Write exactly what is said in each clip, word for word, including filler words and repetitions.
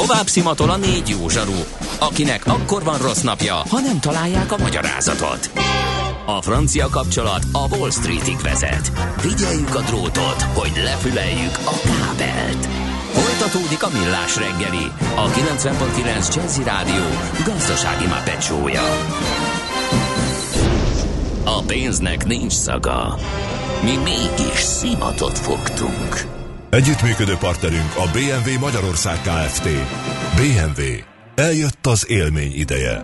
Tovább szimatol a négy jó zsaru, akinek akkor van rossz napja, ha nem találják a magyarázatot. A francia kapcsolat a Wall Streetig vezet. Figyeljük a drótot, hogy lefüleljük a kábelt. Folytatódik a Millás reggeli, a kilencven pont kilenc Jazzy Rádió gazdasági Muppet show-ja. A pénznek nincs szaga. Mi mégis szimatot fogtunk. Együttműködő partnerünk a bé em vé Magyarország Kft. bé em vé. Eljött az élmény ideje.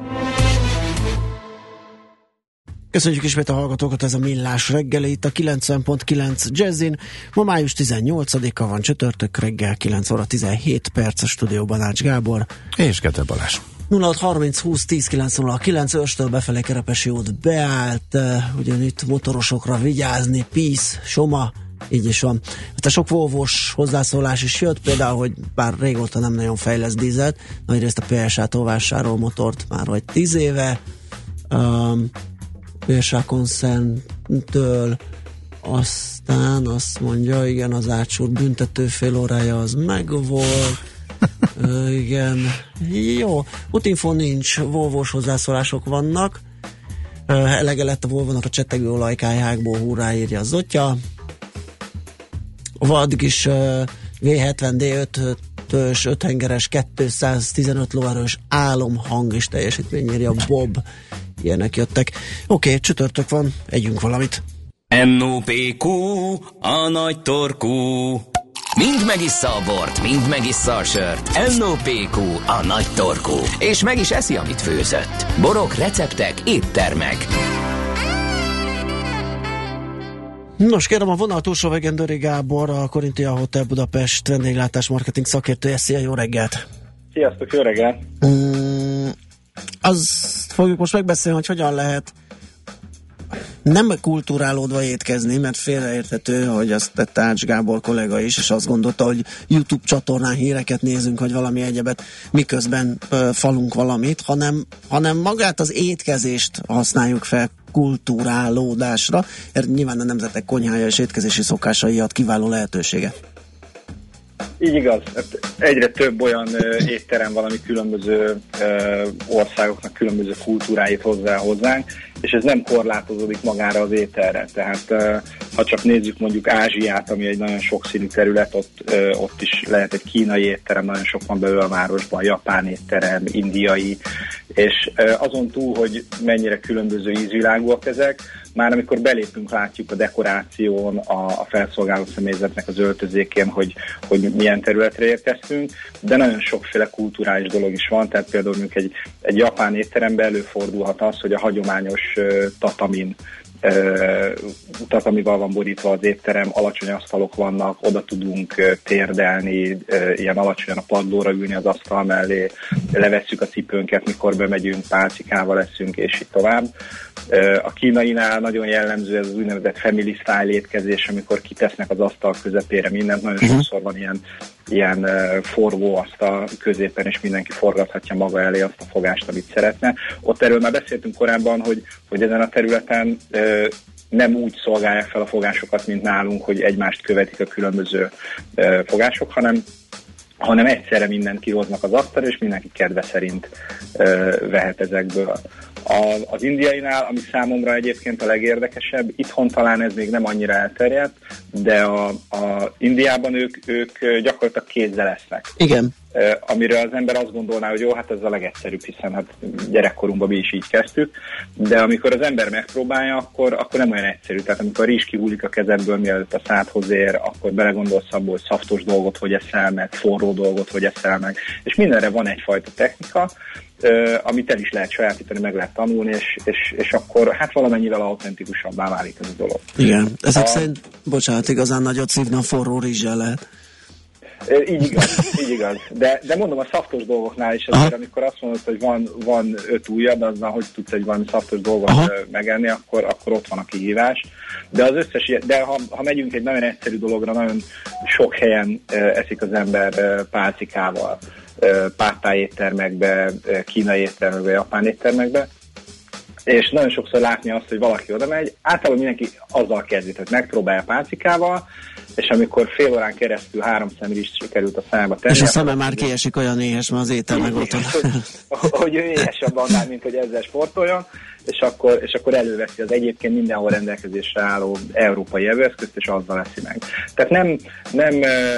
Köszönjük ismét a hallgatókat, ez a Millás reggeli itt a kilencven pont kilenc Jazzin. Ma május tizennyolcadika van, csütörtök reggel, kilenc óra tizenhét perc, a stúdióban Ács Gábor. És Kete Balázs. nulla hat harminc húsz tíz kilenc nulla kilenc Őrstől befelé Kerepesi út beállt, ugyanitt motorosokra vigyázni, Peace, Soma, így is van. Hát a sok Volvos hozzászólás is jött, például, hogy bár régóta nem nagyon fejlesz dízelt, nagyrészt a pé es á-tól vásárol motort már vagy tíz éve, um, pé es á koncerntől, aztán azt mondja, igen, az átsúr büntető fél órája az megvolt. uh, igen, jó, útinfo nincs, Volvos hozzászólások vannak. Uh, elege lett a Volvonak a csettegő olajkályhákból, hurrá, írja a Zotya. Vad is uh, vé hetven dé ötös, öt hengeres, kétszáztizenöt lóerős álomhang is teljesítmény, írja Bob. Ilyenek jöttek. Oké, okay, csütörtök van, együnk valamit. en o pé kú, a nagy torkú. Mind megissza a bort, mind megissza a sört. en o pé kú, a nagy torkú. És meg is eszi, amit főzött. Borok, receptek, éttermek. Nos, kérem a vonal túlsó végén Döri Gábor, a Korintia Hotel Budapest vendéglátás marketing szakértője. Szia, jó reggelt! Sziasztok, jó reggelt! Mm, azt fogjuk most megbeszélni, hogy hogyan lehet nem kulturálódva étkezni, mert félreérthető, hogy azt tette Ács Gábor kollega is, és azt gondolta, hogy YouTube csatornán híreket nézünk, hogy valami egyebet, miközben ö, falunk valamit, hanem, hanem magát az étkezést használjuk fel kulturálódásra, mert nyilván a nemzetek konyhája és étkezési szokásai ad kiváló lehetőséget. Így igaz. Egyre több olyan ö, étterem van, ami különböző ö, országoknak különböző kultúráit hozzá hozzánk, és ez nem korlátozódik magára az ételre. Tehát ö, ha csak nézzük mondjuk Ázsiát, ami egy nagyon sokszínű terület, ott, ö, ott is lehet egy kínai étterem, nagyon sok van belőle a városban, japán étterem, indiai, és ö, azon túl, hogy mennyire különböző ízvilágúak ezek, már amikor belépünk, látjuk a dekoráción, a, a felszolgáló személyzetnek az öltözékén, hogy, hogy milyen területre érkeztünk, de nagyon sokféle kulturális dolog is van, tehát például mondjuk egy, egy japán étteremben előfordulhat az, hogy a hagyományos uh, tatamin uh, tatamival van borítva az étterem, alacsony asztalok vannak, oda tudunk uh, térdelni, uh, ilyen alacsonyan a padlóra ülni az asztal mellé, levesszük a cipőnket, mikor bemegyünk, pálcikával leszünk, és így tovább. A kínainál nagyon jellemző ez az úgynevezett family style étkezés, amikor kitesznek az asztal közepére mindent, nagyon uh-huh. sokszor van ilyen, ilyen forgó asztal középen, és mindenki forgathatja maga elé azt a fogást, amit szeretne. Ott erről már beszéltünk korábban, hogy, hogy ezen a területen nem úgy szolgálják fel a fogásokat, mint nálunk, hogy egymást követik a különböző fogások, hanem hanem egyszerre mindent kihoznak az asztalra, és mindenki kedve szerint ö, vehet ezekből. A, az indiainál, ami számomra egyébként a legérdekesebb, itthon talán ez még nem annyira elterjedt, de a, a Indiában ők, ők gyakorlatilag kézzel esznek. Igen. Uh, amiről az ember azt gondolná, hogy jó, hát ez a legegyszerűbb, hiszen hát gyerekkorunkban mi is így kezdtük, de amikor az ember megpróbálja, akkor, akkor nem olyan egyszerű. Tehát amikor a rizs kihullik a kezedből, mielőtt a szádhoz ér, akkor belegondolsz abból, hogy szaftos dolgot hogy eszel meg, forró dolgot hogy eszel meg, és mindenre van egyfajta technika, uh, amit el is lehet sajátítani, meg lehet tanulni, és, és, és akkor hát valamennyivel autentikusabbá válik ez a dolog. Igen, ezek a... szerint, bocsánat, igazán nagyot szívna forró rizssel lehet. Így igaz, így igaz. De, de mondom, a szaftos dolgoknál is azért, amikor azt mondod, hogy van, van öt ujjad, azzal, hogy tudsz egy valami szaftos dolgot Aha. megenni, akkor, akkor ott van a kihívás. De az összes, de ha, ha megyünk egy nagyon egyszerű dologra, nagyon sok helyen eszik az ember pálcikával, páttáj éttermekbe, kínai éttermekbe, japán éttermekbe, és nagyon sokszor látni azt, hogy valaki oda megy, általában mindenki azzal kezdi, hogy megpróbálja pálcikával, és amikor fél órán keresztül három szemrist sikerült a szájába tenni. És a szeme már kiesik, olyan éhes, mert az étel meg ott. Hogy ő éhesebb annál, mint hogy ezzel sportoljon, és akkor, és akkor előveszi az egyébként mindenhol rendelkezésre álló európai evőeszközt, és azzal veszi meg. Tehát nem, nem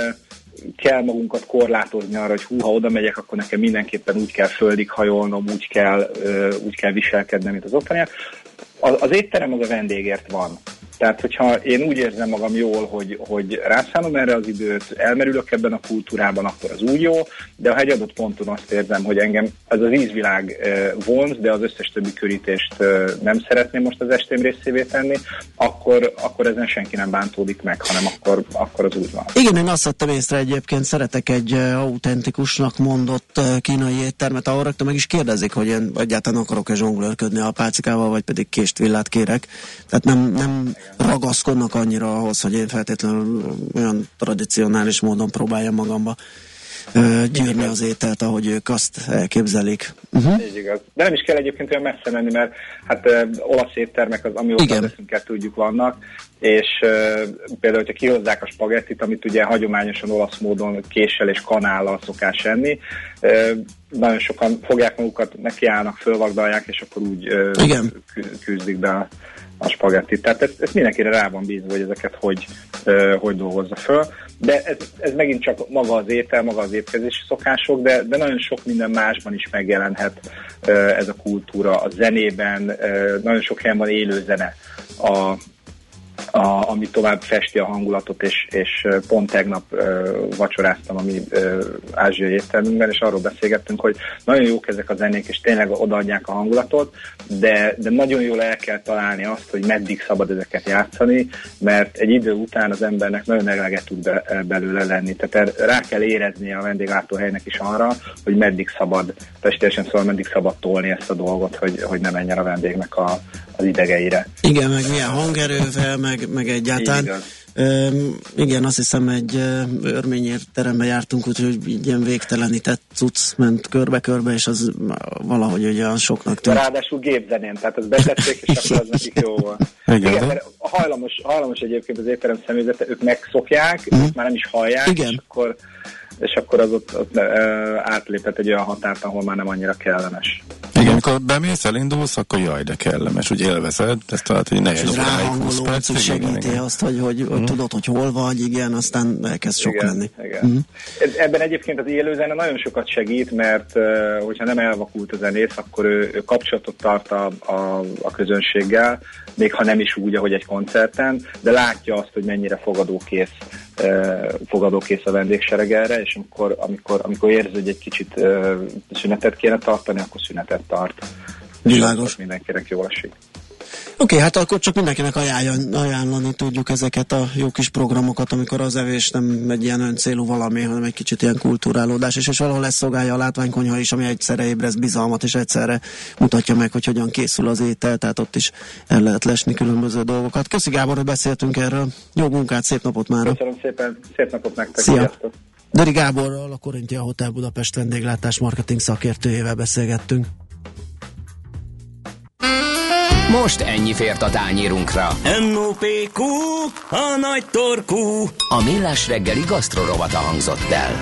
kell magunkat korlátozni arra, hogy hú, ha oda megyek, akkor nekem mindenképpen úgy kell földig hajolnom, úgy kell, úgy kell viselkednem, mint az ottaniak. Az, az étterem az a vendégért van. Tehát, hogyha én úgy érzem magam jól, hogy, hogy rászállom erre az időt, elmerülök ebben a kultúrában, akkor az úgy jó, de a egy adott ponton azt érzem, hogy engem ez az ízvilág vonz, de az összes többi körítést nem szeretném most az estém részévé tenni, akkor, akkor ezen senki nem bántódik meg, hanem akkor, akkor az úgy van. Igen, én azt vettem észre egyébként, szeretek egy autentikusnak mondott kínai éttermet, ahol rögtön meg is kérdezik, hogy én egyáltalán akarok-e zsonglőrködni a pálcikával, vagy pedig kést villát kérek. Tehát nem, nem ragaszkodnak annyira ahhoz, hogy én feltétlenül olyan tradicionális módon próbáljam magamba ö, gyűrni az ételt, ahogy ők azt elképzelik. Uh-huh. Így igaz. De nem is kell egyébként olyan messze menni, mert hát ö, olasz éttermek az, amióta veszünket tudjuk vannak, és ö, például, hogyha kihozzák a spagettit, amit ugye hagyományosan olasz módon késsel és kanállal szokás enni, ö, nagyon sokan fogják magukat, nekiállnak, fölvagdalják, és akkor úgy ö, küzdik be a a spagettit. Tehát ez, ez mindenkire rá van bízva, hogy ezeket hogy, uh, hogy dolgozza föl. De ez, ez megint csak maga az étel, maga az étkezési szokások, de, de nagyon sok minden másban is megjelenhet uh, ez a kultúra. A zenében, uh, nagyon sok helyen van élő zene, a, a, ami tovább festi a hangulatot, és, és pont tegnap uh, vacsoráztam a mi uh, ázsiai éttermünkben, és arról beszélgettünk, hogy nagyon jók ezek a zenék, és tényleg odaadják a hangulatot, de, de nagyon jól el kell találni azt, hogy meddig szabad ezeket játszani, mert egy idő után az embernek nagyon eleget tud be, belőle lenni. Tehát rá kell érezni a vendéglátóhelynek is arra, hogy meddig szabad, testélyesen szóval meddig szabad tolni ezt a dolgot, hogy, hogy ne menjen a vendégnek a, az idegeire. Igen, meg milyen hangerővel, meg, meg egyáltalán. Üm, igen, azt hiszem egy örményért terembe jártunk, úgyhogy ilyen végtelenített cucc ment körbe-körbe, és az valahogy olyan soknak tűnt. Ráadásul gépzenén, tehát azt betették, és akkor az nekik jó volt. Igen, igen, mert hajlamos, hajlamos egyébként az étterem személyzete, ők megszokják, mm. ők már nem is hallják, igen. és akkor és akkor az ott, ott átlépett egy olyan határt, ahol már nem annyira kellemes. Igen, amikor bemész, elindulsz, akkor jaj, de kellemes, úgy élvezed, ezt talán, hogy negyed óráig, húsz perc. És segíti igen, azt, hogy, hogy, hogy mm. tudod, hogy hol vagy, igen, aztán elkezd sok igen, lenni. Igen. Mm. Ebben egyébként az élőzene nagyon sokat segít, mert hogyha nem elvakult a zenész, akkor ő, ő kapcsolatot tart a, a, a közönséggel, még ha nem is úgy, ahogy egy koncerten, de látja azt, hogy mennyire fogadókész, fogadókész a vendégsereg erre, és amikor, amikor, amikor érzi, hogy egy kicsit szünetet kéne tartani, akkor szünetet tart. Világos. Mindenkinek jól esik. Oké, okay, hát akkor csak mindenkinek ajánlani, ajánlani tudjuk ezeket a jó kis programokat, amikor az evés nem egy ilyen öncélú valami, hanem egy kicsit ilyen kulturálódás, és, és valahol lesz szolgálja a látványkonyha is, ami egyszerre ébreszt bizalmat, és egyszerre mutatja meg, hogy hogyan készül az étel, tehát ott is el lehet lesni különböző dolgokat. Köszi Gábor, hogy beszéltünk erről. Jó munkát, szép napot mára! Köszönöm szépen, szép napot nektek! Szia! Döri Gáborral, a Korinthia Hotel Budapest vendéglátás marketing szakértőjével beszélgettünk. Most ennyi fért a tányérunkra. em o pé kú, a nagy torkú. A Millás reggeli gasztrorovata hangzott el.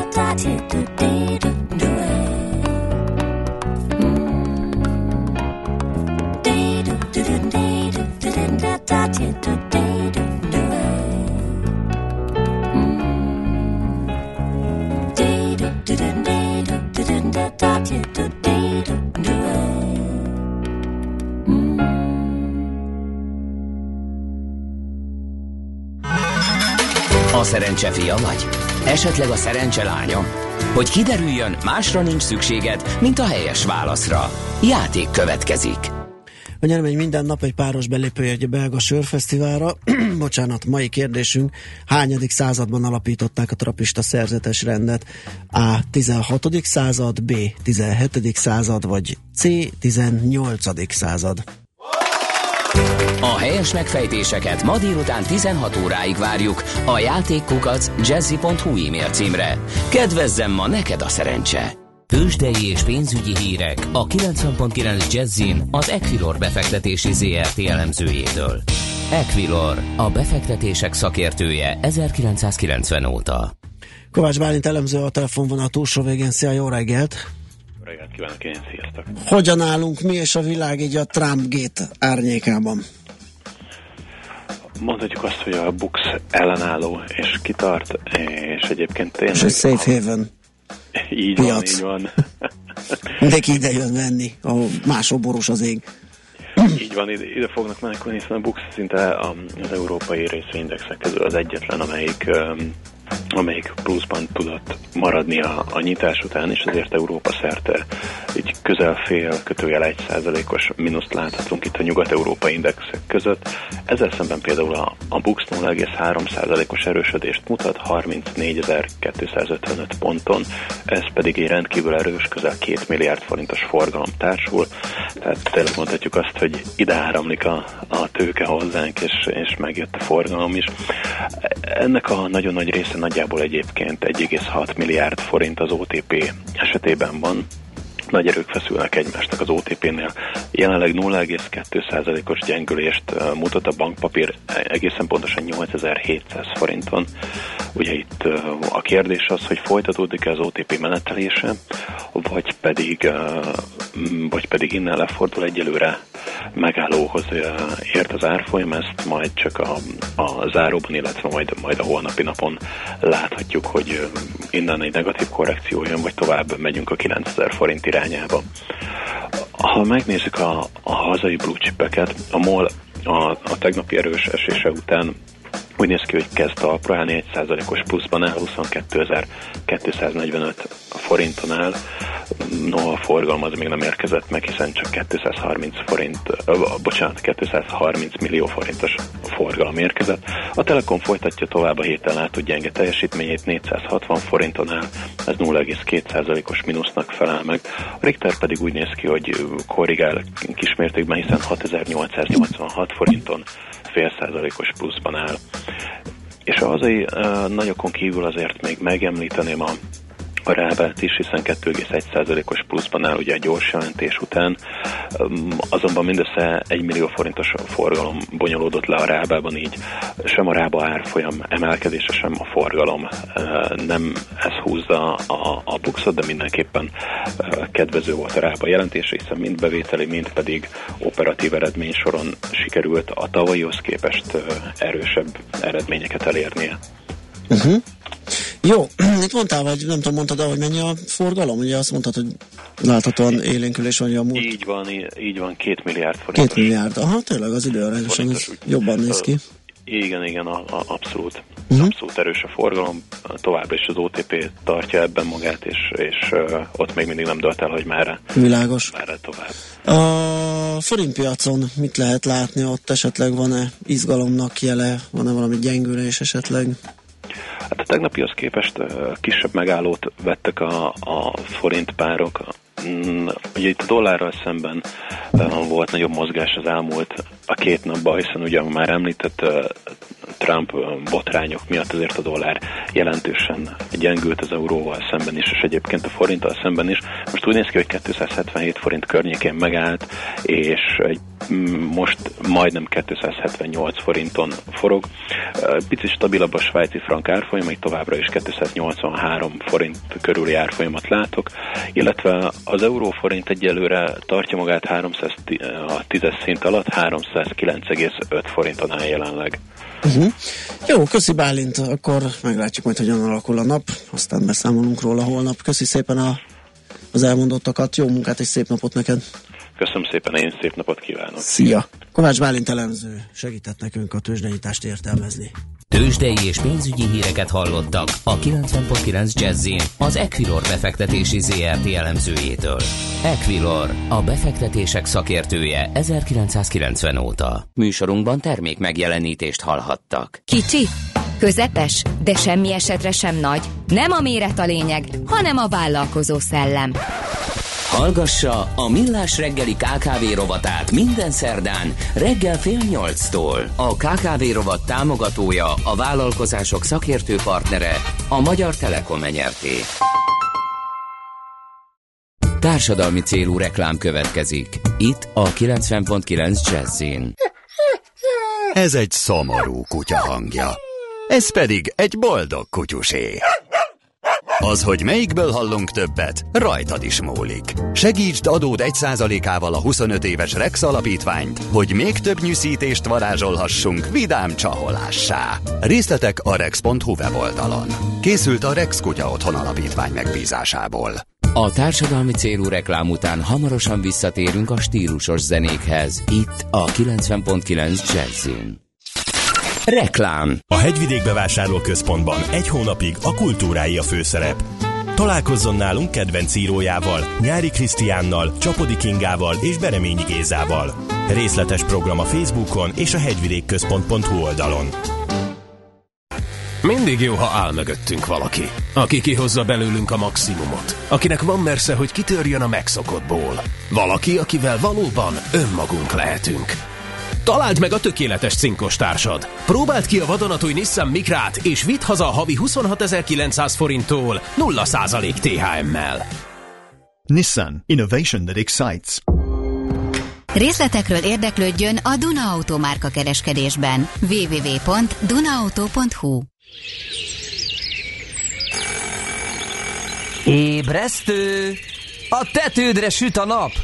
A szerencse fia vagy? Esetleg a szerencse lánya? Hogy kiderüljön, másra nincs szükséged, mint a helyes válaszra. Játék következik. A nyeremény minden nap egy páros belépőjegy a belga sörfesztiválra. Bocsánat, mai kérdésünk: hányadik században alapították a trapista szerzetes rendet? A. tizenhatodik század, B. tizenhetedik század, vagy C. tizennyolcadik század. A helyes megfejtéseket ma délután tizenhat óráig várjuk a játékkukac jazzy pont hu e-mail címre. Kedvezzem ma neked a szerencse! Tőzsdei és pénzügyi hírek a kilencven pont kilenc Jazzin az Equilor befektetési zé er té elemzőjétől. Equilor, a befektetések szakértője ezerkilencszázkilencven óta. Kovács Bálint elemző a telefonvonal túlsó végén. Szia, jó reggelt! Jó reggelt kívánok, én sziasztok! Hogyan állunk mi és a világ így a Trump-gate árnyékában? Mondhatjuk azt, hogy a Bux ellenálló és kitart, és egyébként tényleg... És egy safe haven így piac. Van, így van. Mindenki ide jön venni, ahol máshol boros az ég. Így van, ide, ide fognak menekülni, hiszen a Bux szinte az európai részvényindexek közül az egyetlen, amelyik, amelyik pluszban tudott maradni a, a nyitás után, és azért Európa szerte így közel fél, kötőjel egy százalékos mínuszt láthatunk itt a nyugat-európai indexek között. Ezzel szemben például a, a Bux nulla egész három százalékos erősödést mutat harmincnégyezer-kétszázötvenöt ponton, ez pedig egy rendkívül erős, közel két milliárd forintos forgalom társul, tehát tényleg mondhatjuk azt, hogy ide áramlik a, a tőke hozzánk, és, és megjött a forgalom is. Ennek a nagyon nagy része nagyjából egyébként egy egész hat milliárd forint az o té pé esetében van. Nagy erők feszülnek egymásnak az o té pénél. Jelenleg nulla egész kettő százalékos gyengülést mutat a bankpapír, egészen pontosan nyolcezer-hétszáz forinton. Ugye itt a kérdés az, hogy folytatódik-e az o té pé menetelése, vagy pedig, vagy pedig innen lefordul. Egyelőre megállóhoz ért az árfolyam, ezt majd csak a, a záróban, illetve majd, majd a holnapi napon láthatjuk, hogy innen egy negatív korrekció jön, vagy tovább megyünk a kilencezer forint irányába. Ha megnézzük a, a hazai blue chipeket, a MOL a, a tegnapi erős esése után úgy néz ki, hogy kezd talpra állni, egy százalékos pluszban áll, huszonkétezer-kétszáznegyvenöt forinton áll. No, a forgalom az még nem érkezett meg, hiszen csak kétszázharminc forint, ö, bocsánat, kétszázharminc millió forintos forgalom érkezett. A Telekom folytatja tovább a héten látott gyenge teljesítményét, négyszázhatvan forinton áll, ez nulla egész két százalékos mínusznak felel meg. A Richter pedig úgy néz ki, hogy korrigál kismértékben, hiszen hatezer-nyolcszáznyolcvanhat forinton fél százalékos pluszban áll. És a hazai uh, nagyokon kívül azért még megemlíteném a, a Rábát is, hiszen kettő egész egy százalékos pluszban áll ugye a gyors jelentés után, um, azonban mindössze egy millió forintos forgalom bonyolódott le a Rábában, így sem a Rába árfolyam emelkedése, sem a forgalom uh, nem ez húzza a, a Buxot, de mindenképpen uh, kedvező volt a Rába jelentése, hiszen mind bevételi, mind pedig operatív eredmény soron sikerült a tavalyihoz képest uh, erősebb eredményeket elérnie. Uh-huh. Jó, itt mondtál, vagy nem tudom, mondtad, hogy mennyi a forgalom? Ugye azt mondtad, hogy láthatóan élénkülés van a múlt. Így van, így van, két milliárd forintos. Két milliárd, aha, tényleg az időarányosan ez jobban néz ki. Igen, igen, a, a, abszolút. Uh-huh. Abszolút erős a forgalom. Továbbra is az o té pé tartja ebben magát, és, és uh, ott még mindig nem dölt el, hogy merre. Világos. Merre tovább. A forintpiacon mit lehet látni? Ott esetleg van-e izgalomnak jele? Van-e valami gyengülés esetleg? Hát a tegnapihoz képest uh, kisebb megállót vettek a, a forintpárok. Mm, ugye itt a dollárral szemben uh, volt nagyobb mozgás az elmúlt a két napban, hiszen ugye már említett uh, Trump botrányok miatt azért a dollár jelentősen gyengült az euróval szemben is, és egyébként a forinttal szemben is. Most úgy néz ki, hogy kétszázhetvenhét forint környékén megállt, és egy most majdnem kétszázhetvennyolc forinton forog. Picit stabilabb a svájci frank árfolyam, így továbbra is kétszáznyolcvanhárom forint körüli árfolyamat látok, illetve az euróforint egyelőre tartja magát háromszáztízes szint alatt, háromszázkilenc egész öt forinton áll jelenleg. Uh-huh. Jó, köszi Bálint, akkor meglátjuk majd, hogyan alakul a nap, aztán beszámolunk róla holnap. Köszi szépen a, az elmondottakat, jó munkát és szép napot neked! Köszönöm szépen, én szép napot kívánok! Szia! Kovács Bálint elemző segített nekünk a tőzsdeinyitást értelmezni. Tőzsdei és pénzügyi híreket hallottak a kilencven pont kilenc Jazzin az Equilor befektetési zé er té elemzőjétől. Equilor, a befektetések szakértője ezerkilencszázkilencven óta. Műsorunkban termék megjelenítést hallhattak. Kicsi, közepes, de semmi esetre sem nagy. Nem a méret a lényeg, hanem a vállalkozó szellem. Hallgassa a Millás reggeli ká ká vé rovatát minden szerdán reggel fél nyolctól. A ká ká vé rovat támogatója, a vállalkozások szakértő partnere, a Magyar Telekom Enyerté. Társadalmi célú reklám következik. Itt a kilencven pont kilenc Jazzin. Ez egy szomorú kutya hangja. Ez pedig egy boldog kutyusé. Az, hogy melyikből hallunk többet, rajtad is múlik. Segítsd adód egy százalékával a huszonöt éves Rex alapítványt, hogy még több nyűszítést varázsolhassunk vidám csaholássá. Részletek a rex pont hu weboldalon. Készült a Rex Kutya Otthon Alapítvány megbízásából. A társadalmi célú reklám után hamarosan visszatérünk a stílusos zenékhez. Itt a kilencven pont kilenc Jazzin. Reklám. A Hegyvidék bevásárlóközpontban egy hónapig a kultúrái a főszerep. Találkozzon nálunk kedvenc írójával, Nyári Krisztiánnal, Csapodi Kingával és Bereményi Gézával. Részletes program a Facebookon és a hegyvidékközpont pont hu oldalon. Mindig jó, ha áll mögöttünk valaki, aki kihozza belőlünk a maximumot, akinek van mersze, hogy kitörjön a megszokottból. Valaki, akivel valóban önmagunk lehetünk. Találd meg a tökéletes cinkos társad. Próbáld ki a vadonatúj Nissan Micrát, és vidd haza a havi huszonhatezer-kilencszáz forinttól nulla százalék té há em-mel. Nissan. Innovation that excites. Részletekről érdeklődjön a Duna Auto márka kereskedésben. double-u double-u double-u pont duna auto pont hu. Ébresztő! A tetődre süt a nap!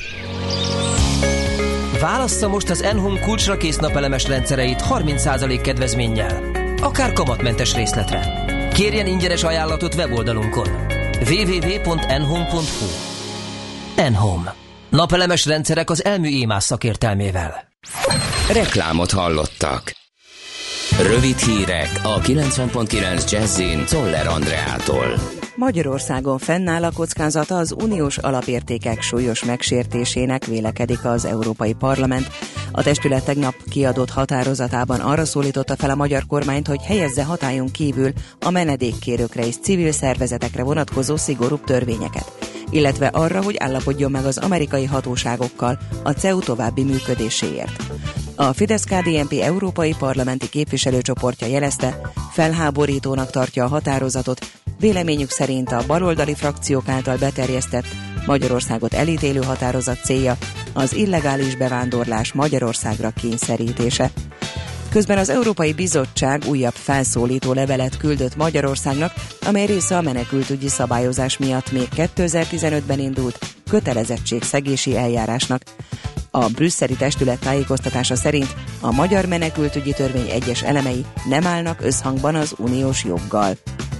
Válassza most az Enhome kulcsra kész napelemes rendszereit harminc százalék kedvezménnyel, akár kamatmentes részletre. Kérjen ingyenes ajánlatot weboldalunkon double-u double-u double-u pont enhome pont hu. Enhome. Napelemes rendszerek az elmű émás szakértelmével. Reklámot hallottak. Rövid hírek a kilencven pont kilenc Jazzin Czoller Andreától. Magyarországon fennáll a kockázata az uniós alapértékek súlyos megsértésének, vélekedik az Európai Parlament. A testület tegnap kiadott határozatában arra szólította fel a magyar kormányt, hogy helyezze hatályon kívül a menedékkérőkre és civil szervezetekre vonatkozó szigorúbb törvényeket, illetve arra, hogy állapodjon meg az amerikai hatóságokkal a cé e u további működéséért. A Fidesz-ká dé en pé európai parlamenti képviselőcsoportja jelezte, felháborítónak tartja a határozatot, véleményük szerint a baloldali frakciók által beterjesztett, Magyarországot elítélő határozat célja az illegális bevándorlás Magyarországra kényszerítése. Közben az Európai Bizottság újabb felszólító levelet küldött Magyarországnak, amely része a menekültügyi szabályozás miatt még kétezer-tizenötben indult kötelezettségszegési eljárásnak. A brüsszeli testület tájékoztatása szerint a magyar menekültügyi törvény egyes elemei nem állnak összhangban az uniós joggal.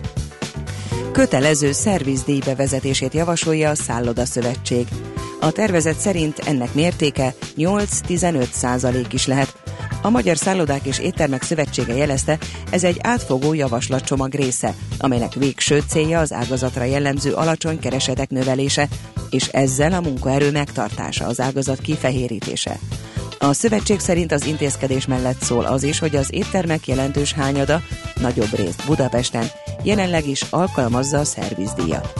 Kötelező szervizdíj bevezetését javasolja a Szállodaszövetség. A tervezet szerint ennek mértéke nyolc-tizenöt százalék is lehet. A Magyar Szállodák és Éttermek Szövetsége jelezte, ez egy átfogó javaslatcsomag része, amelynek végső célja az ágazatra jellemző alacsony keresetek növelése, és ezzel a munkaerő megtartása, az ágazat kifehérítése. A szövetség szerint az intézkedés mellett szól az is, hogy az éttermek jelentős hányada, nagyobb részt Budapesten, jelenleg is alkalmazza a szervizdíjat.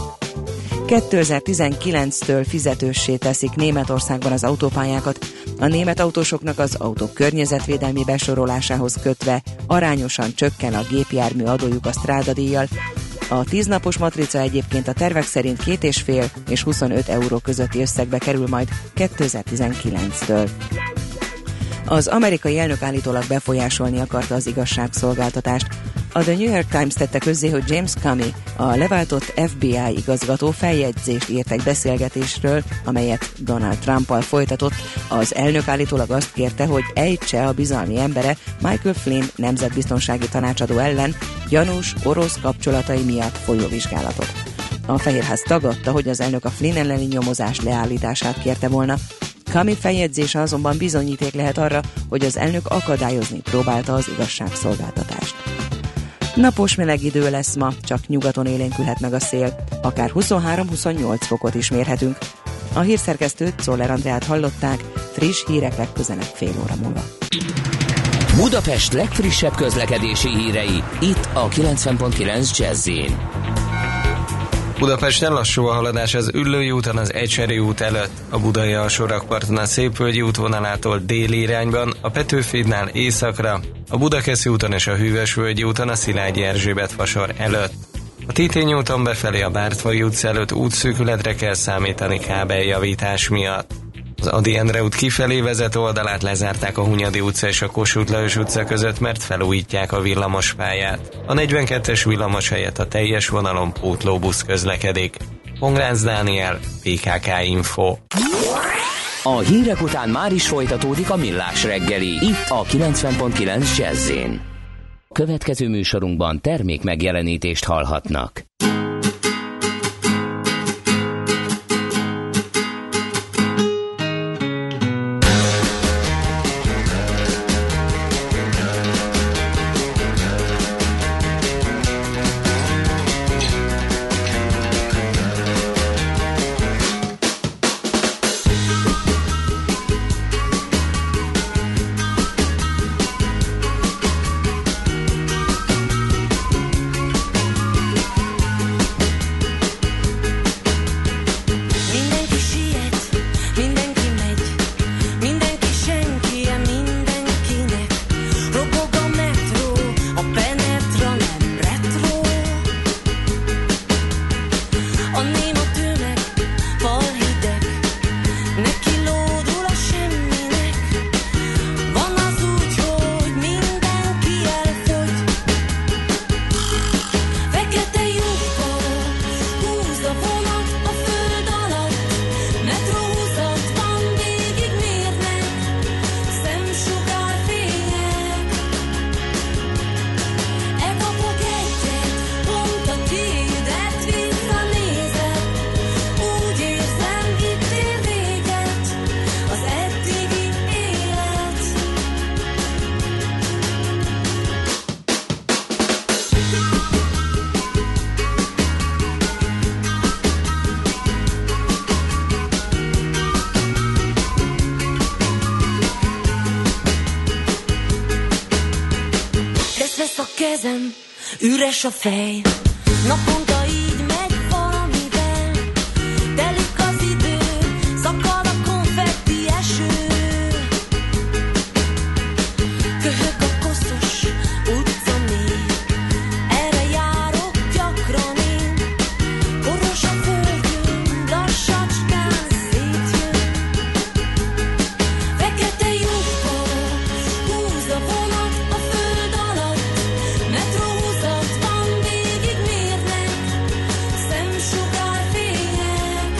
kétezer-tizenkilenctől fizetőssé teszik Németországban az autópályákat, a német autósoknak az autók környezetvédelmi besorolásához kötve arányosan csökken a gépjármű adójuk a strádadíjjal. A tíznapos matrica egyébként a tervek szerint két és fél és huszonöt euró közötti összegbe kerül majd kétezer-tizenkilenctől. Az amerikai elnök állítólag befolyásolni akarta az igazságszolgáltatást. A The New York Times tette közzé, hogy James Comey, a leváltott ef bé i igazgató feljegyzést írt egy beszélgetésről, amelyet Donald Trumpal folytatott. Az elnök állítólag azt kérte, hogy ejtse a bizalmi embere Michael Flynn nemzetbiztonsági tanácsadó ellen gyanús orosz kapcsolatai miatt folyó vizsgálatot. A Fehérház tagadta, hogy az elnök a Flynn elleni nyomozás leállítását kérte volna. Comey feljegyzése azonban bizonyíték lehet arra, hogy az elnök akadályozni próbálta az igazságszolgáltatást. Napos meleg idő lesz ma, csak nyugaton élénkülhet meg a szél, akár huszonhárom-huszonnyolc fokot is mérhetünk. A hírszerkesztőt, Czoller Andreát hallották, friss hírek legközelebb fél óra múlva. Budapest legfrissebb közlekedési hírei, itt a kilencven pont kilenc Jazz-in. Budapesten lassú a haladás az Üllői úton az Ecseri út előtt, a Budai alsórakparton a Szépvölgyi útvonalától déli irányban, a Petőfidnál északra, a Budakeszi úton és a Hűvösvölgyi úton a Szilágyi Erzsébet fasor előtt. A Titényi úton befelé a Bártfai utca előtt útszűkületre kell számítani kábeljavítás miatt. Az Ady Endre út kifelé vezető oldalát lezárták a Hunyadi utca és a Kossuth Lajos utca között, mert felújítják a villamospályát. A negyvenkettes villamos helyett a teljes vonalon pótlóbusz közlekedik. Pongrácz Dániel, bé ká ká Info. A hírek után már is folytatódik a Millás reggeli, itt a kilencven pont kilenc Jazz-in. Következő műsorunkban termék megjelenítést hallhatnak. Kezem, üres a fej, naponta így megy valamivel, telik az idő, szakad a konfetti eső, köhög a koszos utca mély, erre járok gyakran én, boros a földjön, lassacskán szétjön, fekete lyukból húz a vonat a föld alatt. Metróhúzat van, végig mérnek szemsugárfények.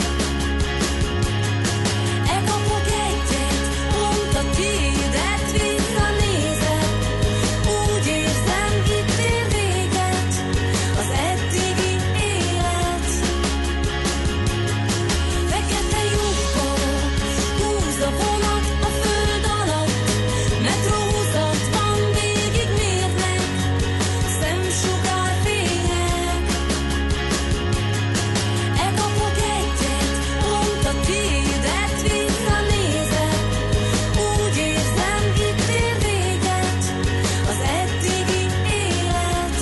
Elkapok egyet, pont a tiédet visszanézek. Úgy érzem, itt ér véget az eddigi élet. Fekete lyukból húz a vonat a föld alatt. Metróhúzat van, végig mérnek szemsugárfények. Elkapok egyet, pont a tiédet visszanézek. Úgy érzem, itt ér véget az eddigi élet.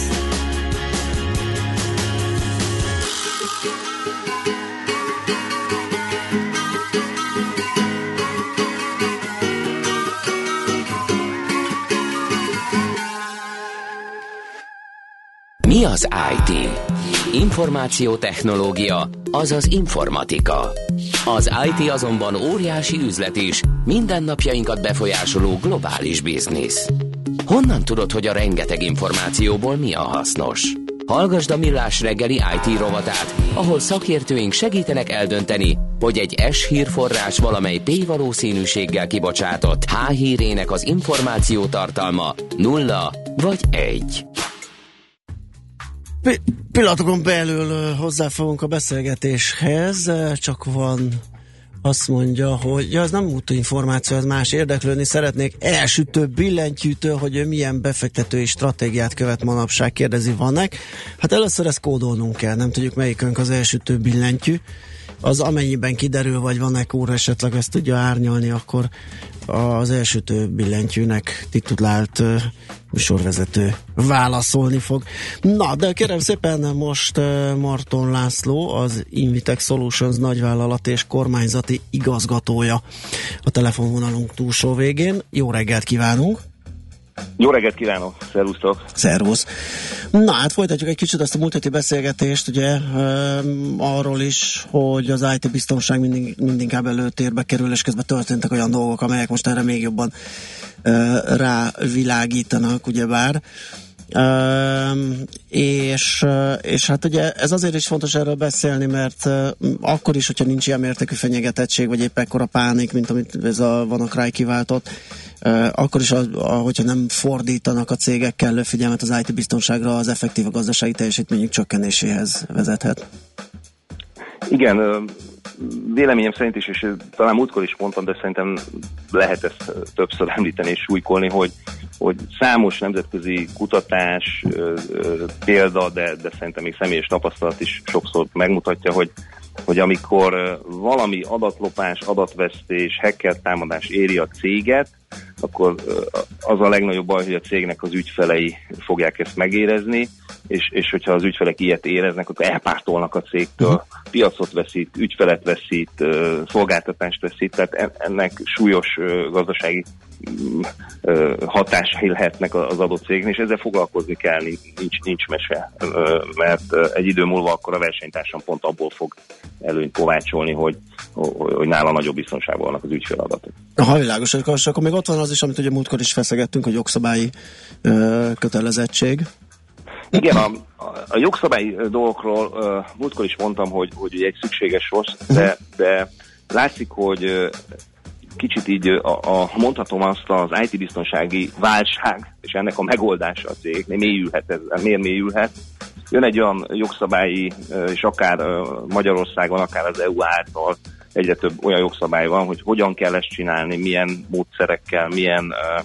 Mi az i té? Információtechnológia, azaz informatika. Az i té azonban óriási üzlet is, mindennapjainkat befolyásoló globális biznisz. Honnan tudod, hogy a rengeteg információból mi a hasznos? Hallgasd a Millás reggeli i té rovatát, ahol szakértőink segítenek eldönteni, hogy egy S-hírforrás valamely P-valószínűséggel kibocsátott H-hírének az információ tartalma nulla vagy egy. P- pillanatokon belül hozzáfogunk a beszélgetéshez, csak van, azt mondja, hogy ja, ez nem útinformáció, ez más, érdeklődni szeretnék elsütő billentyűtől, hogy ő milyen befektetői stratégiát követ manapság, kérdezi Vanek. Hát először ezt kódolnunk kell, nem tudjuk melyikünk az elsütő billentyű. Az amennyiben kiderül, vagy Vanek úr esetleg ezt tudja árnyalni, akkor az elsütő billentyűnek titulált uh, műsorvezető válaszolni fog. Na, de kérem szépen, most uh, Marton László, az Invitex Solutions nagyvállalat és kormányzati igazgatója a telefonvonalunk túlsó végén. Jó reggelt kívánunk! Jó reggelt kívánok, szervusztok! Szervusz! Na, hát folytatjuk egy kicsit ezt a múlt heti beszélgetést, ugye, um, arról is, hogy az i té biztonság mindig, mindig inkább előtérbe kerül, és közben történtek olyan dolgok, amelyek most erre még jobban uh, rávilágítanak, ugyebár. Uh, és, uh, és hát ugye ez azért is fontos erről beszélni, mert uh, akkor is, hogyha nincs ilyen mértékű fenyegetettség, vagy épp ekkora pánik, mint amit ez a WannaCry kiváltott, uh, akkor is, a, a, hogyha nem fordítanak a cégek kellő figyelmet az i té biztonságra, az effektív a gazdasági teljesítményük csökkenéséhez vezethet. Igen, véleményem szerint is, és talán múltkor is mondtam, de szerintem lehet ezt többször említeni és súlykolni, hogy, hogy számos nemzetközi kutatás, példa, de, de szerintem még személyes tapasztalat is sokszor megmutatja, hogy, hogy amikor valami adatlopás, adatvesztés, hacker támadás éri a céget, akkor az a legnagyobb baj, hogy a cégnek az ügyfelei fogják ezt megérezni, és, és hogyha az ügyfelek ilyet éreznek, akkor elpártolnak a cégtől, uh-huh. piacot veszít, ügyfelet veszít, szolgáltatást veszít, tehát ennek súlyos gazdasági hatásai lehetnek az adott cégnél, és ezzel foglalkozni kell, nincs, nincs mese, mert egy idő múlva akkor a versenytársam pont abból fog előnyt kovácsolni, hogy, hogy nála nagyobb biztonságban vannak az ügyféladatok. Ha világos, akkor még ott van az is, amit ugye múltkor is feszegettünk, hogy jogszabályi ö, kötelezettség. Igen, a, a jogszabályi dolgokról uh, múltkor is mondtam, hogy, hogy egy szükséges rossz, de, de látszik, hogy uh, kicsit így a, a, mondhatom azt, az i té biztonsági válság, és ennek a megoldása a cégnek mélyülhet, ez, miért mélyülhet. Jön egy olyan jogszabályi, uh, és akár uh, Magyarországon, akár az é u által egyre több olyan jogszabály van, hogy hogyan kell ezt csinálni, milyen módszerekkel, milyen uh,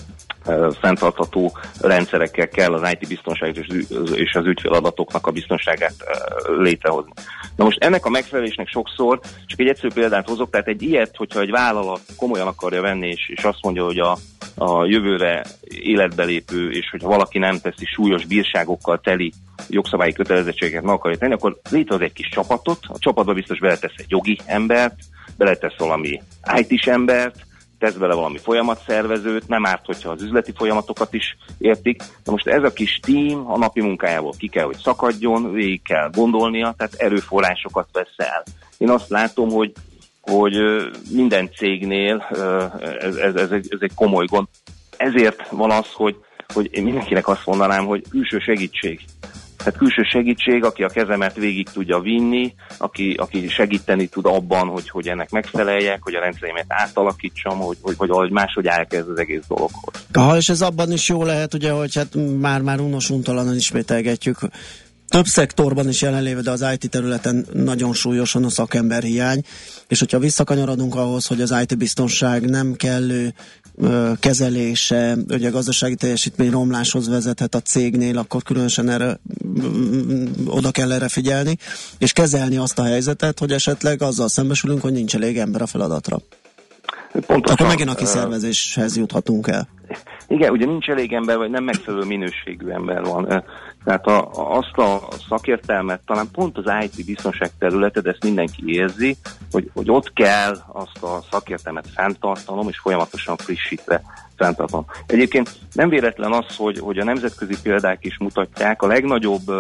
fenntartható rendszerekkel kell az i té biztonságot és az ügyféladatoknak a biztonságát létrehozni. Na most ennek a megfelelésnek sokszor, csak egy egyszerű példát hozok, tehát egy ilyet, hogyha egy vállalat komolyan akarja venni, és, és azt mondja, hogy a, a jövőre életbe lépő, és hogyha valaki nem teszi súlyos bírságokkal teli jogszabályi kötelezettségeket meg akarja tenni, akkor létrehoz egy kis csapatot, a csapatba biztos beletesz egy jogi embert, beletesz valami i té-s embert, tesz bele valami folyamatszervezőt, nem árt, hogyha az üzleti folyamatokat is értik. De most ez a kis tím a napi munkájából ki kell, hogy szakadjon, végig kell gondolnia, tehát erőforrásokat vesz el. Én azt látom, hogy, hogy minden cégnél ez, ez, ez, egy, ez egy komoly gond. Ezért van az, hogy, hogy én mindenkinek azt mondanám, hogy külső segítség. Tehát külső segítség, aki a kezemet végig tudja vinni, aki, aki segíteni tud abban, hogy, hogy ennek megfeleljek, hogy a rendszerémet átalakítsam, hogy, hogy, hogy valahogy máshogy elkezd az egész dologhoz. Ha, és ez abban is jó lehet, ugye, hogy hát már-már unos-untalanan ismételgetjük. Több szektorban is jelenlévő, de az i té területen nagyon súlyosan a szakemberhiány, és hogyha visszakanyarodunk ahhoz, hogy az i té biztonság nem kellő ö, kezelése, ugye a gazdasági teljesítmény romláshoz vezethet a cégnél, akkor különösen erre ö, oda kell erre figyelni, és kezelni azt a helyzetet, hogy esetleg azzal szembesülünk, hogy nincs elég ember a feladatra. Pontosan, akkor megint a kiszervezéshez juthatunk el. Igen, ugye nincs elég ember, vagy nem megfelelő minőségű ember van. Tehát a, azt a szakértelmet, talán pont az i té biztonság területed, ezt mindenki érzi, hogy, hogy ott kell azt a szakértelmet fenntartanom, és folyamatosan frissítve fenntartanom. Egyébként nem véletlen az, hogy, hogy a nemzetközi példák is mutatják, a legnagyobb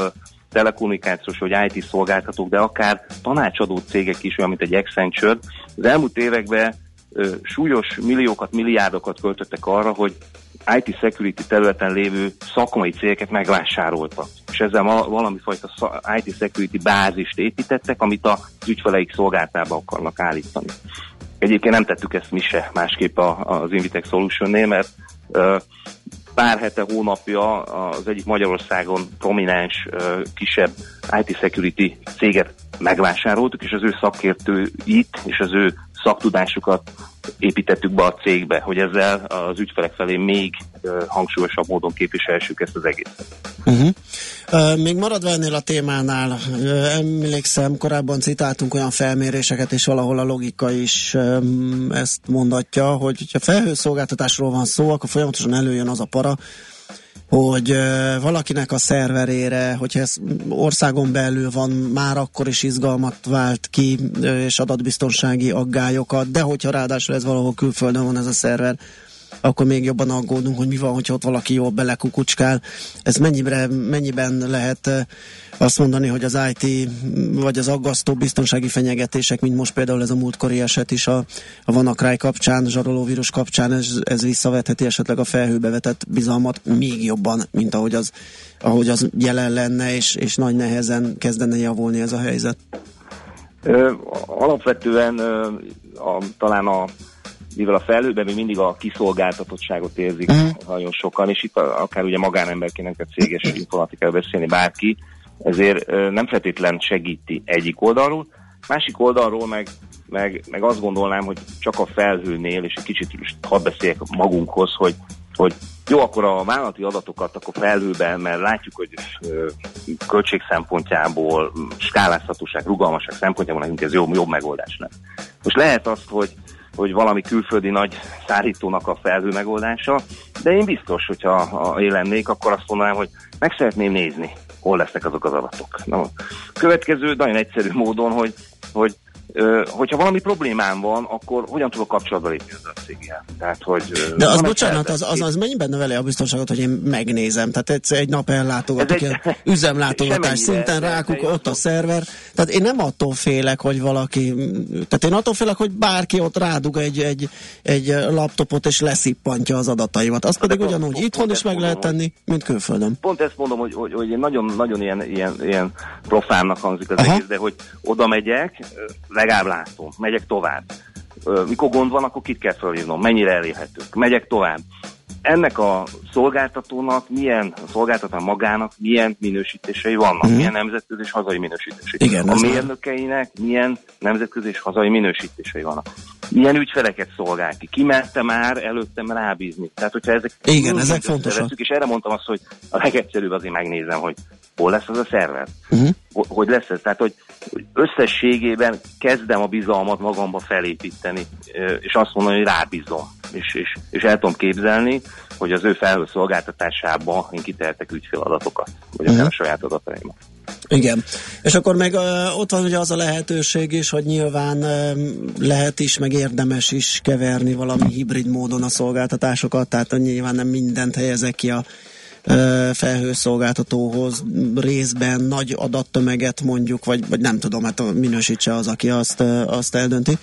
telekommunikációs vagy i té szolgáltatók, de akár tanácsadó cégek is, olyan, mint egy Accenture, az elmúlt években ö, súlyos milliókat, milliárdokat költöttek arra, hogy i té security területen lévő szakmai cégeket megvásároltak. És ezzel valami fajta i té security bázist építettek, amit az ügyfeleik szolgáltába akarnak állítani. Egyébként nem tettük ezt mi se másképp az Invitech Solution-nél, mert ö, pár hete, hónapja az egyik Magyarországon prominens, ö, kisebb i té security céget megvásároltuk, és az ő szakértőit és az ő szaktudásukat építettük be a cégbe, hogy ezzel az ügyfelek felé még ö, hangsúlyosabb módon képviselhessük ezt az egészet. Uh-huh. Uh, még maradva ennél a témánál, uh, emlékszem, korábban citáltunk olyan felméréseket, és valahol a logika is um, ezt mondatja, hogy ha felhőszolgáltatásról van szó, akkor folyamatosan előjön az a para, hogy uh, valakinek a szerverére, hogyha ez országon belül van, már akkor is izgalmat vált ki, uh, és adatbiztonsági aggályokat, de hogyha ráadásul ez valahol külföldön van ez a szerver, akkor még jobban aggódunk, hogy mi van, hogyha ott valaki jól belekukucskál. Ez mennyire, mennyiben lehet azt mondani, hogy az i té vagy az aggasztó biztonsági fenyegetések, mint most például ez a múltkori eset is a, a WannaCry kapcsán, zsarolóvírus kapcsán, ez, ez visszavetheti esetleg a felhőbe vetett bizalmat még jobban, mint ahogy az, ahogy az jelen lenne, és, és nagy nehezen kezdene javulni ez a helyzet. Ö, alapvetően ö, a, talán a mivel a felhőben még mindig a kiszolgáltatottságot érzik uh-huh. nagyon sokan, és itt akár ugye magánemberként, a céges informatikáról beszélni bárki, ezért nem feltétlen segíti egyik oldalról. Másik oldalról meg, meg, meg azt gondolnám, hogy csak a felhőnél, és egy kicsit hadd beszéljek magunkhoz, hogy, hogy jó, akkor a vállalati adatokat akkor felhőben, mert látjuk, hogy ö, költség szempontjából, skálázhatóság, rugalmasság szempontjából nekünk ez jobb, jobb megoldás lesz. Most lehet azt, hogy hogy valami külföldi nagy szállítónak a felhő megoldása, de én biztos, hogyha ha én lennék, akkor azt mondanám, hogy meg szeretném nézni, hol lesznek azok az adatok. Na, következő nagyon egyszerű módon, hogy, hogy ö, hogyha valami problémám van, akkor hogyan tudok kapcsolatba lépni ezzel a céggel. Tehát, hogy, de az bocsánat, az, az, az mennyiben növeli a biztonságot, hogy én megnézem? Tehát egyszer egy nap ellátogatok, egy üzemlátogatás szinten rákuk, ott a szerver. Tehát én nem attól félek, hogy valaki, tehát én attól félek, hogy bárki ott rádug egy, egy, egy laptopot és leszippantja az adataimat. Azt pedig ugyanúgy pont, itthon pont is meg lehet tenni, mint külföldön. Pont ezt mondom, hogy, hogy, hogy nagyon, nagyon ilyen, ilyen, ilyen profánnak hangzik az Aha. egész, de hogy oda megyek, legalább látom, megyek tovább. Mikor gond van, akkor kit kell felhívnom, mennyire elérhetők, megyek tovább. Ennek a szolgáltatónak milyen, a szolgáltató magának milyen minősítései vannak, uh-huh. milyen nemzetközi és hazai minősítései. Igen, a mérnökeinek milyen nemzetközi és hazai minősítései vannak. Milyen ügyfeleket szolgál ki, ki merte már előttem rábízni. Tehát, hogyha ezek, Igen, ezek fontosak. És erre mondtam azt, hogy a legegyszerűbb azért megnézem, hogy hol lesz az a szerver, uh-huh. hogy lesz ez. Tehát, hogy összességében kezdem a bizalmat magamba felépíteni, és azt mondani, hogy rábízom, és, és, és el tudom képzelni, hogy az ő felhőszolgáltatásába én kitehetek ügyféladatokat, vagy akár uh-huh. a saját adataimat. Igen. És akkor meg uh, ott van ugye az a lehetőség is, hogy nyilván uh, lehet is, meg érdemes is keverni valami hibrid módon a szolgáltatásokat, tehát uh, nyilván nem mindent helyezek ki a uh, felhőszolgáltatóhoz, részben nagy adattömeget mondjuk, vagy, vagy nem tudom, hát minősítse az, aki azt, uh, azt eldönti.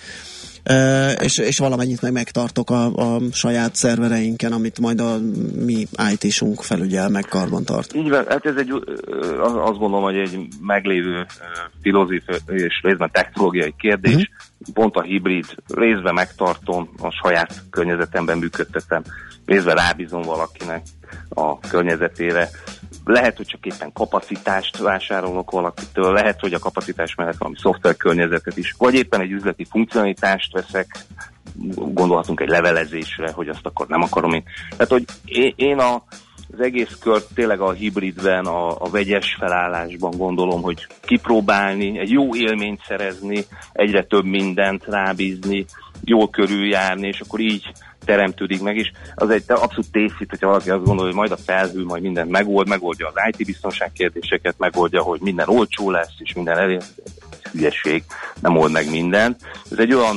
Uh, és, és valamennyit meg megtartok a, a saját szervereinken, amit majd a mi í té-sunk felügyel, meg karban-tart. Így van, hát ez egy, azt gondolom, hogy egy meglévő filozófiai és részben technológiai kérdés. Uh-huh. Pont a hibrid, részben megtartom, a saját környezetemben működtetem, részben rábízom valakinek a környezetére. Lehet, hogy csak éppen kapacitást vásárolok valakitől, lehet, hogy a kapacitás mellett valami szoftver környezetet is, vagy éppen egy üzleti funkcionalitást veszek, gondolhatunk egy levelezésre, hogy azt akkor nem akarom én. Tehát, hogy én a, az egész kört tényleg a hibridben, a, a vegyes felállásban gondolom, hogy kipróbálni, egy jó élményt szerezni, egyre több mindent rábízni, jól körüljárni, és akkor így teremtődik meg, és az egy abszolút tévhit, hogyha valaki azt gondolja, hogy majd a felhő majd mindent megold, megoldja az í té biztonság kérdéseket, megoldja, hogy minden olcsó lesz, és minden elérhető. Hülyeség, nem old meg mindent. Ez egy olyan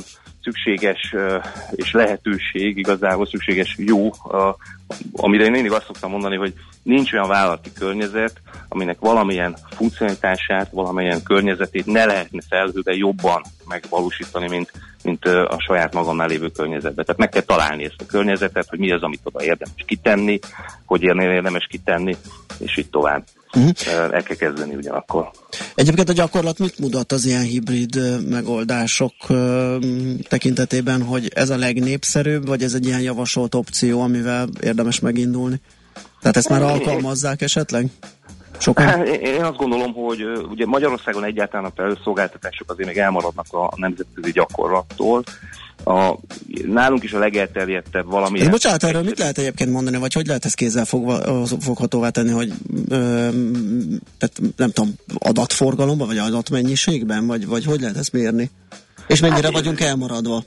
szükséges és lehetőség, igazából szükséges jó, amire én mindig azt szoktam mondani, hogy nincs olyan vállalati környezet, aminek valamilyen funkcionalitását, valamilyen környezetét ne lehetne felhőben jobban megvalósítani, mint, mint a saját magamnál lévő környezetben. Tehát meg kell találni ezt a környezetet, hogy mi az, amit oda érdemes kitenni, hogy érdemes kitenni, és így tovább. Uh-huh. El kell kezdeni ugyanakkor. Egyébként a gyakorlat mit mutat az ilyen hibrid megoldások tekintetében, hogy ez a legnépszerűbb, vagy ez egy ilyen javasolt opció, amivel érdemes megindulni? Tehát ezt már alkalmazzák esetleg? Sokan? Én azt gondolom, hogy ugye Magyarországon egyáltalán a felszolgáltatások azért még elmaradnak a nemzetközi gyakorlattól. A, nálunk is a legelterjedtebb valami. Ez bocsánat, erről mit lehet egyébként mondani, vagy hogy lehet ezt kézzel fogva, foghatóvá tenni, hogy ö, tehát nem tudom, adatforgalomban, vagy adatmennyiségben, vagy, vagy hogy lehet ezt mérni? És mennyire hát, vagyunk elmaradva?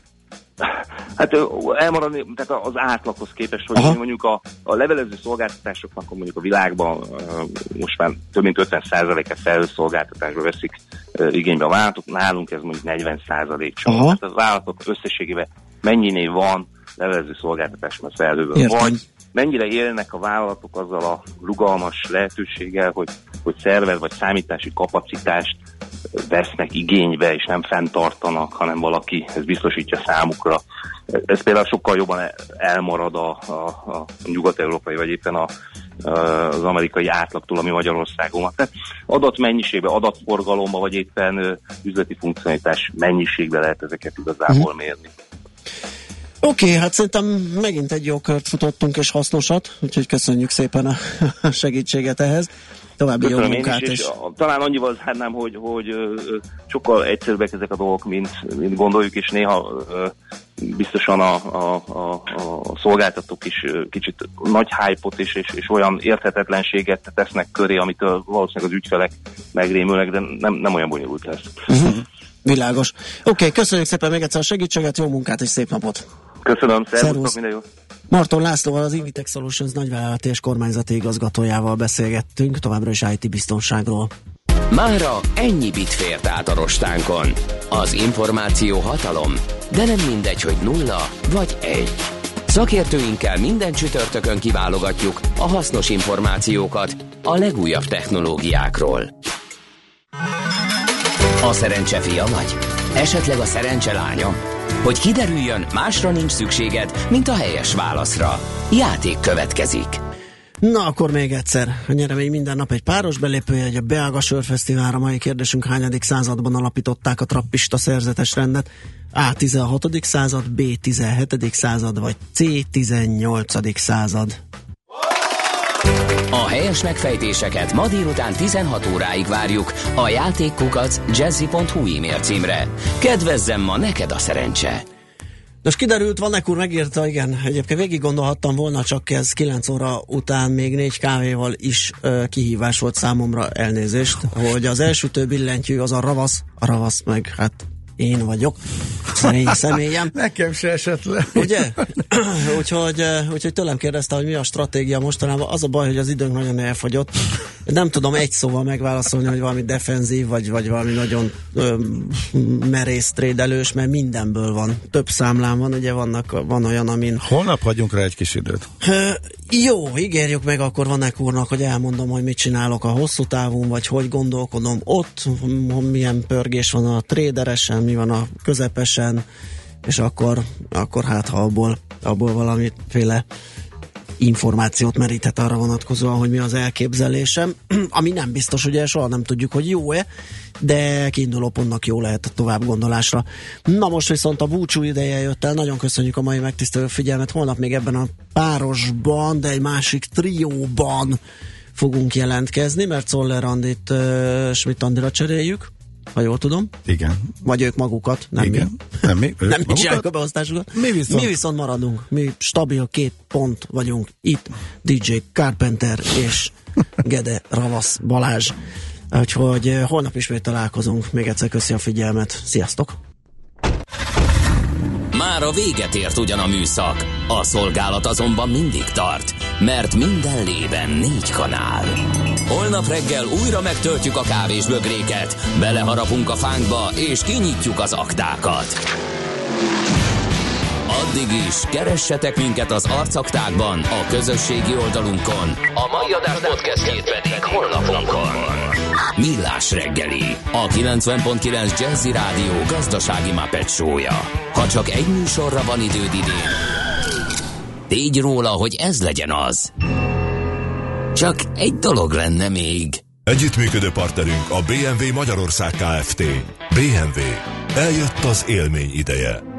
Hát elmaradni, tehát az átlaghoz képest, hogy Aha. mondjuk a, a levelező szolgáltatásoknak mondjuk a világban most már több mint ötven százalékát felhőszolgáltatásra veszik igénybe a vállalatok, nálunk ez mondjuk negyven százalék csak. Tehát az vállalatok összességében mennyinél van levelező szolgáltatás már felhőből. Vagy mennyire élnek a vállalatok azzal a rugalmas lehetőséggel, hogy, hogy szerver vagy számítási kapacitást vesznek igénybe, és nem fenntartanak, hanem valaki ezt biztosítja számukra. Ez például sokkal jobban elmarad a, a, a nyugat-európai, vagy éppen a, az amerikai átlagtól, ami Magyarországon van. Tehát adatmennyiségben, adatforgalomban, vagy éppen üzleti funkcionalitás mennyiségben lehet ezeket igazából mérni. Oké, okay, hát szerintem megint egy jó kört futottunk és hasznosat, úgyhogy köszönjük szépen a segítséget ehhez. További jó munkát. Is, és a, talán annyival zárnám, hogy, hogy ö, sokkal egyszerűbbek ezek a dolgok, mint, mint gondoljuk, és néha ö, biztosan a, a, a, a szolgáltatók is ö, kicsit nagy hype-ot és, és, és olyan érthetetlenséget tesznek köré, amitől valószínűleg az ügyfelek megrémülnek, de nem, nem olyan bonyolult lesz. Uh-huh. Világos. Oké, okay, köszönjük szépen még egyszer a segítséget, jó munkát és szép napot! Köszönöm, szervusztok, minden jó! Marton Lászlóval, az Invitex Solutions nagyvállalati és kormányzati igazgatójával beszélgettünk, továbbra is í té biztonságról. Mára ennyi bit fért át a rostánkon. Az információ hatalom, de nem mindegy, hogy nulla vagy egy. Szakértőinkkel minden csütörtökön kiválogatjuk a hasznos információkat a legújabb technológiákról. A szerencse fia vagy? Esetleg a szerencse lánya? Hogy kiderüljön, másra nincs szükséged, mint a helyes válaszra. Játék következik. Na, akkor még egyszer. A nyeremény minden nap egy páros belépőjegy a Beága Sörfesztiválra. Mai kérdésünk: hányadik században alapították a trappista szerzetes rendet? A. tizenhatodik század, B. tizenhetedik század, vagy C. tizennyolcadik század. A helyes megfejtéseket ma délután tizenhat óráig várjuk a játékkukac jazzy pont hu e-mail címre. Kedvezzem ma neked a szerencse! Nos, kiderült, Vannek úr megírta, igen, egyébként végig gondolhattam volna, csak ez kilenc óra után még négy kávéval is uh, kihívás volt számomra, elnézést, hogy az elsütő billentyű az a ravasz, a ravasz meg hát én vagyok, személy, személyem. Nekem se esett le. Ugye? úgyhogy, úgyhogy tőlem kérdezte, hogy mi a stratégia mostanában. Az a baj, hogy az időnk nagyon elfogyott. Nem tudom egy szóval megválaszolni, hogy valami defenzív, vagy, vagy valami nagyon ö, merész trédelős, mert mindenből van. Több számlán van, ugye vannak, van olyan, amin... Holnap hagyjunk rá egy kis időt. Ö, jó, ígérjük meg akkor Vannek úrnak, hogy elmondom, hogy mit csinálok a hosszú távon, vagy hogy gondolkodom ott, milyen pörgés van a tréderesen, mi van a közepesen, és akkor, akkor hát ha abból, abból valamiféle információt meríthet arra vonatkozóan, hogy mi az elképzelésem, ami nem biztos, ugye soha nem tudjuk, hogy jó-e, de kiinduló pontnak jó lehet a tovább gondolásra. Na most viszont a búcsú ideje jött el, nagyon köszönjük a mai megtisztelő figyelmet, holnap még ebben a párosban, de egy másik trióban fogunk jelentkezni, mert Czoller Andit uh, Schmidt Andira cseréljük, ha jól tudom. Igen. Vagy ők magukat, nem Igen. mi. Nem mi. Nem mi csináljuk a beosztásukat. Mi viszont. mi viszont maradunk. Mi stabil két pont vagyunk itt. dé dzsé Carpenter és Gede Ravasz Balázs. Úgyhogy holnap ismét találkozunk. Még egyszer köszi a figyelmet. Sziasztok! Már a véget ért ugyan a műszak. A szolgálat azonban mindig tart, mert minden lében négy kanál. Holnap reggel újra megtöltjük a kávés bögréket, beleharapunk a fánkba és kinyitjuk az aktákat. Addig is, keressetek minket az arcaktákban, a közösségi oldalunkon. A mai adás podcastjét pedig honlapunkon. Millás reggeli, a kilencven pont kilenc Jazzy Rádió gazdasági Muppet show-ja. Ha csak egy műsorra van időd idén, tégy róla, hogy ez legyen az. Csak egy dolog lenne még. Együttműködő partnerünk a bé em vé Magyarország Kft. bé em vé. Eljött az élmény ideje.